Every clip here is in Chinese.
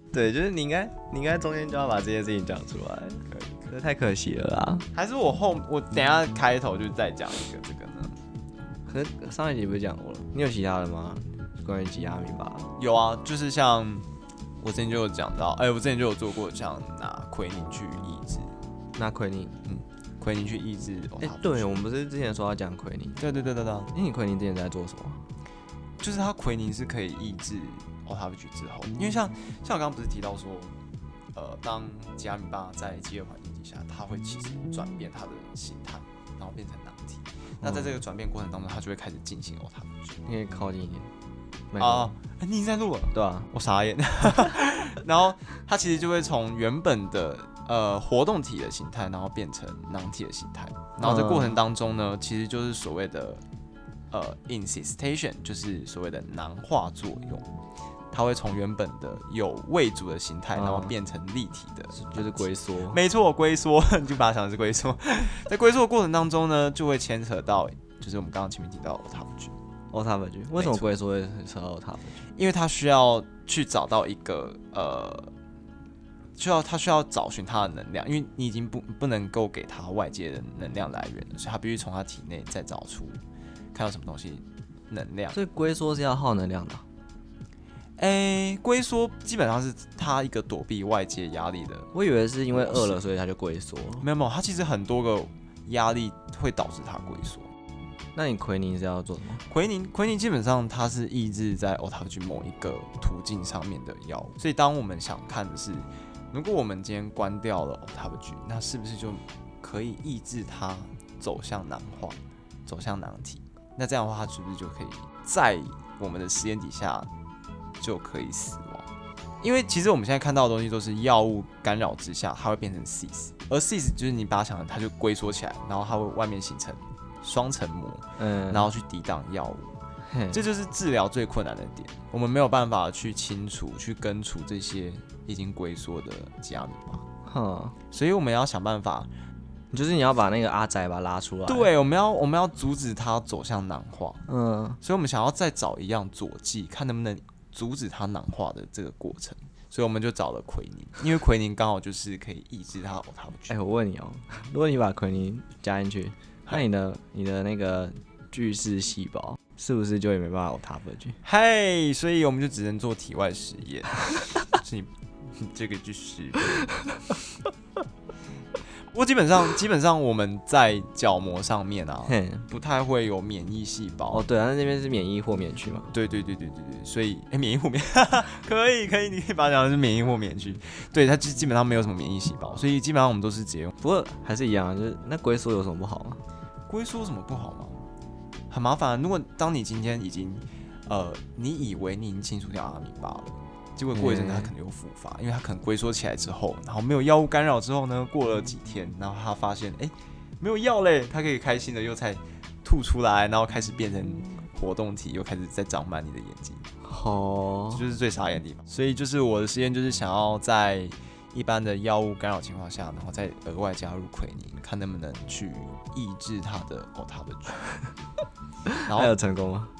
对，就是你应该中间就要把这件事情讲出来，这太可惜了啦。 还是我等一下开头就再讲一个这个呢？ 可是上一集不是讲过了？你有其他的吗？关于吉阿米巴？ 有啊，就是像我之前就有讲到，我之前就有做过，像拿奎宁去抑制， 那奎宁， 奎宁去抑制。 对，我们不是之前说要讲奎宁？ 对。 你奎宁之前在做什么？ 就是他奎宁是可以抑制 autophagy 之后，因为像我刚刚不是提到说，当吉阿米巴在饥饿环境底下，它会其实转变它的形态，然后变成囊体。那在这个转变过程当中，它就会开始进行 autophagy。 你可以靠近一点。 你已经在录了？ 对啊， 我傻眼。然后它其实就会从原本的活动体的形态，然后变成囊体的形态。然后这过程当中呢，其实就是所谓的encystation， 就是所谓的囊化作用。它会从原本的有胃组的形态，然后变成立体的， 就是龟缩。 没错，龟缩，你就把它想成是龟缩。在龟缩的过程当中呢，就会牵扯到，就是我们刚刚前面提到的 autophagy。 为什么龟缩会扯到 autophagy？ 因为它需要去找到一个它需要找寻它的能量，因为你已经不能够给它外界的能量来源了，所以它必须从它体内再找出看到什么东西能量。 所以龟缩是要耗能量的。 龟缩基本上是它一个躲避外界压力的。 我以为是因为饿了所以它就龟缩。 没有，它其实很多个压力会导致它龟缩。 那你奎宁是要做什么？ 奎宁基本上它是抑制在 autophagy 某一个途径上面的药物，所以当我们想看的是，如果我们今天关掉了 autophagy， 那是不是就可以抑制它走向囊化，走向囊体？那这样的话，它是不是就可以在我们的实验底下就可以死亡？因为其实我们现在看到的东西都是药物干扰之下，它会变成 cis， 而 cis 就是你把它想成它就龟缩起来，然后它会外面形成双层膜，然后去抵挡药物，这就是治疗最困难的点。我们没有办法去清除、去根除这些已经龟缩的吉阿米巴，所以我们要想办法， 就是你要把那个阿宅把它拉出来。 对，我们要阻止它走向囊化，所以我们想要再找一样佐剂，看能不能阻止它囊化的这个过程。所以我们就找了奎宁，因为奎宁刚好就是可以抑制它的 autophagy。 我问你哦，如果你把奎宁加进去，那你的那个巨噬细胞是不是就也没办法 autophagy？ 所以我们就只能做体外实验。是你这个就是。不过基本上我们在角膜上面啊，不太会有免疫细胞。 对啊，那边是免疫豁免区嘛。 对，所以免疫豁免可以，你可以把它讲的是免疫豁免区。对，它基本上没有什么免疫细胞，所以基本上我们都是直接用。 不过还是一样，就是那龟缩有什么不好吗？ 龟缩有什么不好吗？很麻烦。如果当你今天已经你以为你已经清除掉阿米巴了。结果过一阵子它可能又复发，因为它可能龟缩起来之后，然后没有药物干扰之后呢，过了几天，然后他发现没有药嘞，他可以开心的又再吐出来，然后开始变成活动体，又开始再长满你的眼睛。这就是最傻眼的地方。所以就是我的实验就是想要在一般的药物干扰情况下，然后再额外加入奎宁，看能不能去抑制它的 autophagy。然后还有成功吗？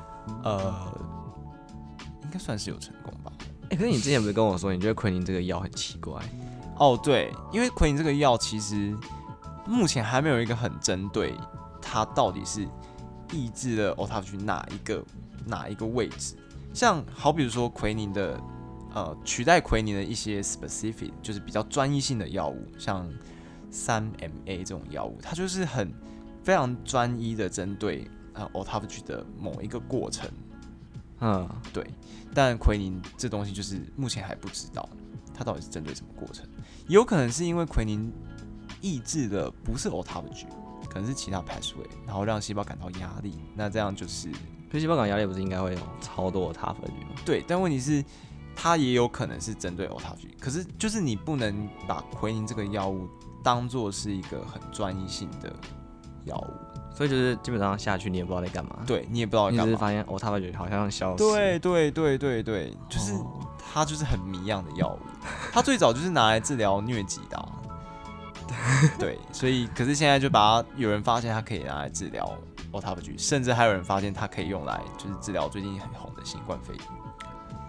应该算是有成功吧。 可是你之前不是跟我说，你觉得奎宁这个药很奇怪？ 对，因为奎宁这个药其实目前还没有一个很针对它到底是抑制了 autophagy 哪一个位置。像好比如说奎宁的取代奎宁的一些 specific 就是比较专一性的药物，像3-MA 这种药物，它就是非常专一的针对autophagy 的某一个过程。对，但奎宁这东西就是目前还不知道它到底是针对什么过程，也有可能是因为奎宁抑制的不是 autophagy， 可能是其他 pathway， 然后让细胞感到压力，那这样就是， 所以细胞感压力不是应该会有超多 autophagy 吗？ 对，但问题是它也有可能是针对 autophagy， 可是就是你不能把奎宁这个药物当作是一个很专一性的药物。 所以就是基本上下去你也不知道在干嘛， 对你也不知道在干嘛， 你只是发现autophagy好像消失。 对，就是它就是很迷样的药物，它最早就是拿来治疗疟疾的对，所以可是现在就有人发现它可以拿来治疗 autophagy， 甚至还有人发现它可以用来就是治疗最近很红的新冠肺炎。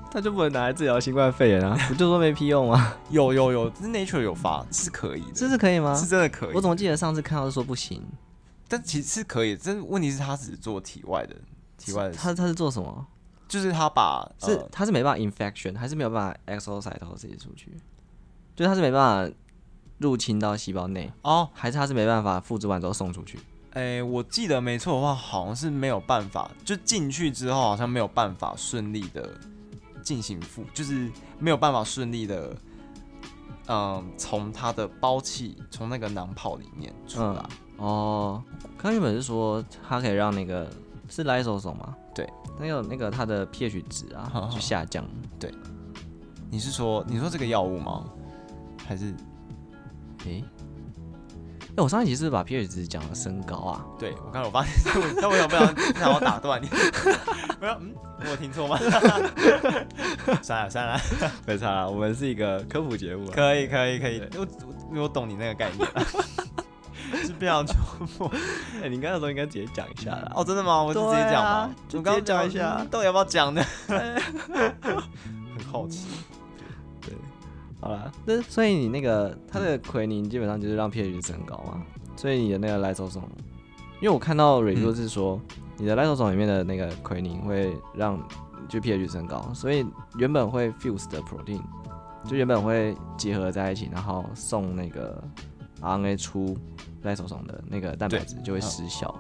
他就不能拿来治疗新冠肺炎啊？不就说没屁用吗？ 有，这 Nature 有发是可以的， 这是可以吗？ 是真的可以。 我怎么记得上次看到是说不行？ 但其实是可以，这问题是他只做体外的他是做什么？ 就是他把他是没办法 infection， 还是没有办法 exocytosis 出去？就是他是没办法入侵到细胞内哦，还是他是没办法复制完之后送出去？ 我记得没错的话，好像是没有办法，就进去之后好像没有办法顺利的进行就是没有办法顺利的，从他的胞器从那个囊泡里面出来。 哦，刚原本是说它可以让那个是 lysosome 吗？ 对， 那个它的 pH 值啊就下降。 对，你说这个药物吗？还是我上一集是不是把 pH 值讲了升高啊？ 对，我刚才我发现，但我不想要打断你，我有听错吗？算了， 没差啦，我们是一个科普节目。 可以，我懂你那个概念。是非常幽默。 你刚才说应该直接讲一下啦。 哦，真的吗？我就直接讲吗？ 就直接讲一下， 到底要不要讲呢？很好奇。 对，好啦，那所以你那个它的奎宁基本上就是让 pH 值很高嘛，所以你的那个 lysosome， 因为我看到 review 是说你的 lysosome 里面的那个奎宁会让就 pH 值升高，所以原本会 fuse 的 protein 就原本会结合在一起，然后送那个 RNA 出lysosome的那个蛋白质就会失效。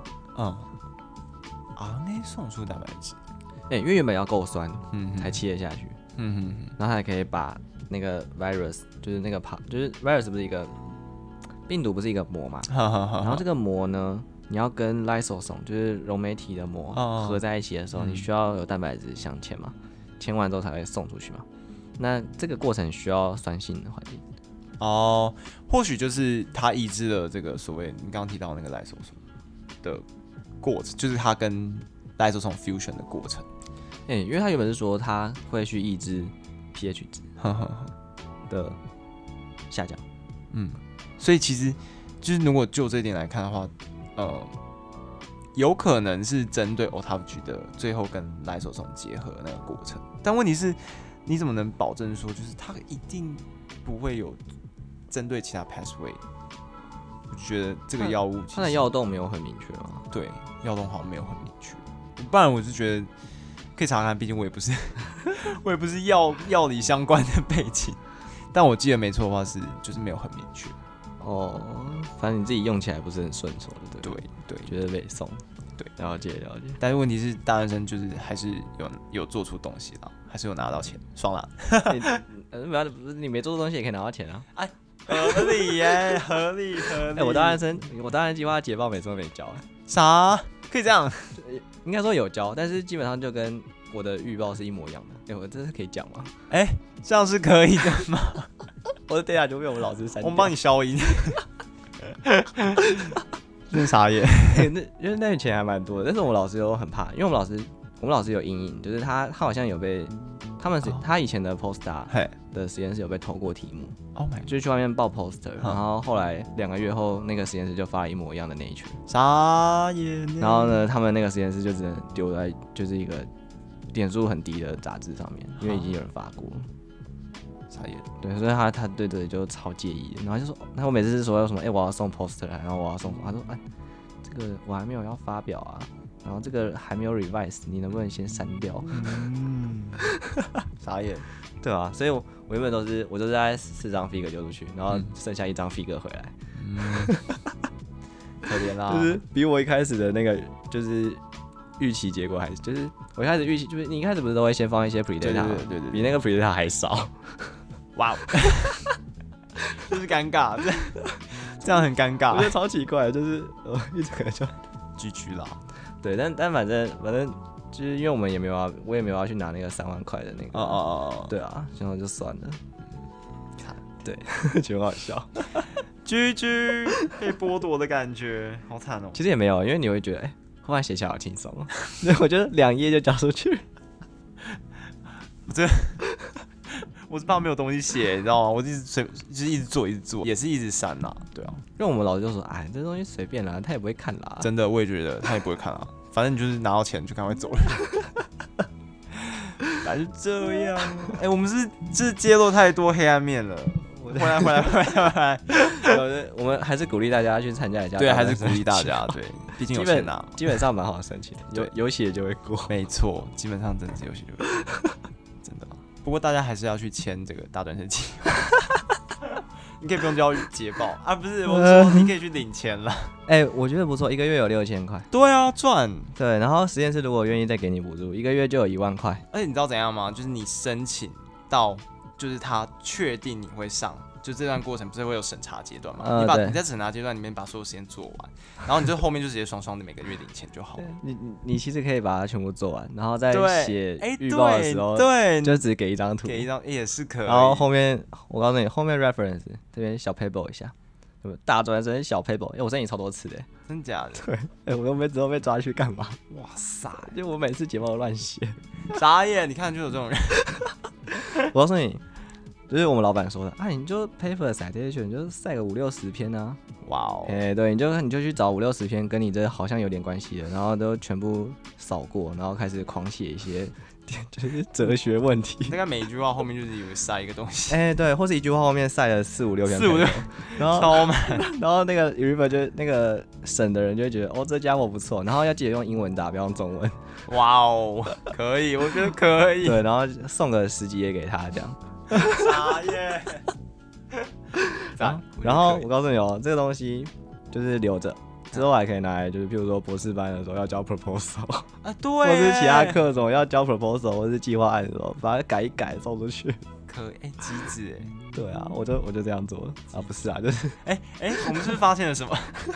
RNA 送出蛋白质， 因为原本要够酸，才切得下去，然后它才可以把那个 virus， 就是那个就是 virus 不是一个病毒不是一个膜嘛，然后这个膜呢，你要跟 lysosome 就是溶酶体的膜合在一起的时候，你需要有蛋白质相牵嘛，牵完之后才会送出去嘛。那这个过程需要酸性的环境。 或许就是它抑制了这个所谓你刚刚提到那个 lysosome 的过程，就是它跟 lysosome fusion 的过程。 因为它原本是说它会去抑制 pH 值的下降。 所以其实就是如果就这一点来看的话，有可能是针对 autophagy 的最后跟 lysosome 结合的那个过程。但问题是，你怎么能保证说，就是它一定不会有针对其他 pathway？ 我觉得这个药物它的药动没有很明确吗？ 对，药动好像没有很明确。不然我是觉得可以查看，毕竟我也不是药理相关的背景。但我记得没错的话就是没有很明确。 反正你自己用起来不是很顺手的， 对， 觉得被送。 对， 了解。 但是问题是，大学生就是还是有做出东西啦，还是有拿到钱，爽啦。 你没做出东西也可以拿到钱啊！ 合理耶，合理。 我大学计划捷报每次都没交。 啥？可以这样？ 应该说有交，但是基本上就跟我的预报是一模一样的。我这是可以讲吗？ 这样是可以的吗？ 我的 data 就被我们老师删掉。 我们帮你消音。真傻眼。 因为那个钱还蛮多的，但是我们老师都很怕，因为我们老师有阴影，就是他好像有被他以前的 postdoc 的实验室有被偷过题目，就是去外面报 poster， 然后后来2个月后那个实验室就发了一模一样的Nature， 傻眼。 然后呢，他们那个实验室就只能丢在就是一个点数很低的杂志上面，因为已经有人发过了。 傻眼。 对，所以他对这就超介意的，然后就说，那我每次是说有什么，我要送 poster 来，然后我要送什么，他说，这个我还没有要发表啊，然后这个还没有 revise， 你能不能先删掉？ 傻眼。 对啊，所以我原本我都是在4张 figure 丢出去，然后剩下1张 figure 回来。 可怜啦， 就是比我一开始的那个就是预期结果还是，就是我一开始预期就是你一开始不是都会先放一些 predata， 对，比那个 predata 还少。 哇，就是尴尬，这样很尴尬， 我觉得超奇怪，就是一直可能就 GG 啦。 对，但反正就是因为我也没有要去拿那个3万块的那个，对啊，然后就算了。对，觉得很好笑。 GG 被剥夺的感觉，好惨哦。 其实也没有，因为你会觉得，后来写起来好轻松哦。所以我觉得2页就交出去。 我是怕没有东西写，你知道吗？我就是一直做，也是一直删啦。对啊， 因为我们老师就说，这东西随便啦，他也不会看啦。 真的，我也觉得他也不会看啦。反正你就是拿到钱就赶快走了。 来就这样。哎、我们是揭露太多黑暗面了。回来。 我们还是鼓励大家去参加一下。 对，还是鼓励大家。对，毕竟有钱拿。 基本上蛮好申请的，有写就会过。 没错，基本上真的是有写就会过，真的。不过大家还是要去签这个大专生计划。你可以不用交捷报啊，不是我说你可以去领钱了。 我觉得不错，一个月有6000块。 对啊，赚。 对，然后实验室如果愿意再给你补助，一个月就有1万块。 而且你知道怎样吗？就是你申请到，就是他确定你会上，就这段过程不是会有审查阶段吗？你在审查阶段里面把所有时间做完，然后你就后面就直接双双的每个月领钱就好了。 你其实可以把它全部做完，然后在写预报的时候， 对， 就只给一张图， 给一张也是可以。 然后后面我告诉你，后面 reference 这边小 paper 一下，大专生小 paper，我申请超多次的。 真假的？ 对，我都之后被抓去干嘛？ 哇塞！ 就我每次节目都乱写， 傻眼！你看就有这种人。 我告诉你。就是我们老板说的你就 paper citation 就晒个50-60篇啊。 哇哦！ 对，你就去找50-60篇跟你这好像有点关系的，然后都全部扫过，然后开始狂写一些就是哲学问题。 大概每一句话后面就是有晒一个东西。 对，或是一句话后面晒了4-5-6篇。 4-5-6， 然后超满。 然后那个 reviewer 就那个审的人就会觉得这家伙不错，然后要记得用英文打，不要用中文。 哇哦，可以，我觉得可以。 对，然后送个10几页给他这样。 傻耶！ 然后我告诉你这个东西就是留着，之后还可以拿来，就是譬如说博士班的时候要交 proposal 啊，对， 或是其他课种要交 proposal 或是计划案的时候，把它改一改送出去。 可以，机智对啊，我就这样做了啊，不是啊，就是我们是不是发现了什么？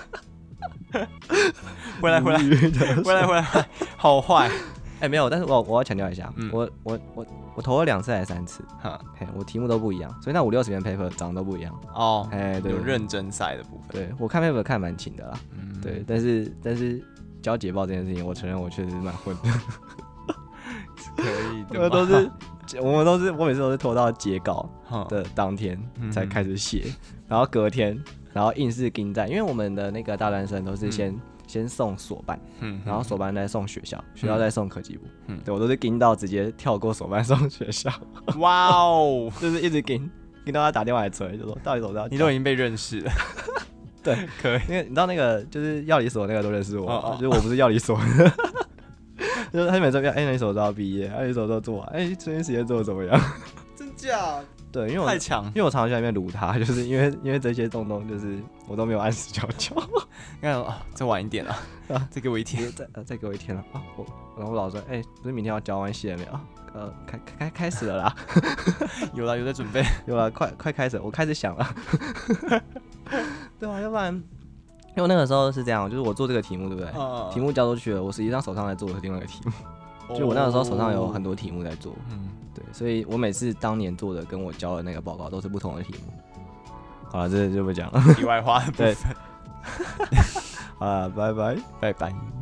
回来，好坏。 没有，但是我要强调一下，我投了2次还是3次，我题目都不一样，所以那50-60篇 paper 长得都不一样。对， 有认真赛的部分。 对，我看 paper 看蛮勤的啦。对，但是交捷报这件事情，我承认我确实是蛮混的。 可以的。 我每次都是拖到截稿的当天才开始写，然后隔天，然后硬是盯在，因为我们的那个大专生都是先送所办，然后所办再送学校，学校再送科技部。对，我都是盯到直接跳过所办送学校。 哇哦， 就是一直盯到他打电话来催，就说到底怎么着？ 你都已经被认识了。 对， 可以。 因为你知道那个就是药理所那个都认识我，就是我不是药理所。就是他每次那你什么时候毕业？你什么时候做完？这段时间做的怎么样？ 真假？ 对，因为太强， 因为我常常去那边撸他，就是因为这些东就是我都没有按时交。 再晚一点啊，再给我一天， 再给我一天了啊！然后我老说，不是明天要交完写了没有？开始了啦。 有在准备， 有了，快开始，我开始想了。对啊，要不然，因为我那个时候是这样，就是我做这个题目，对不对？题目交出去了，我实际上手上在做的是另外一个题目。就我那个时候手上有很多题目在做，对，所以我每次当年做的跟我交的那个报告都是不同的题目。好了，这就不讲了。 题外话的部分。 好了，拜拜。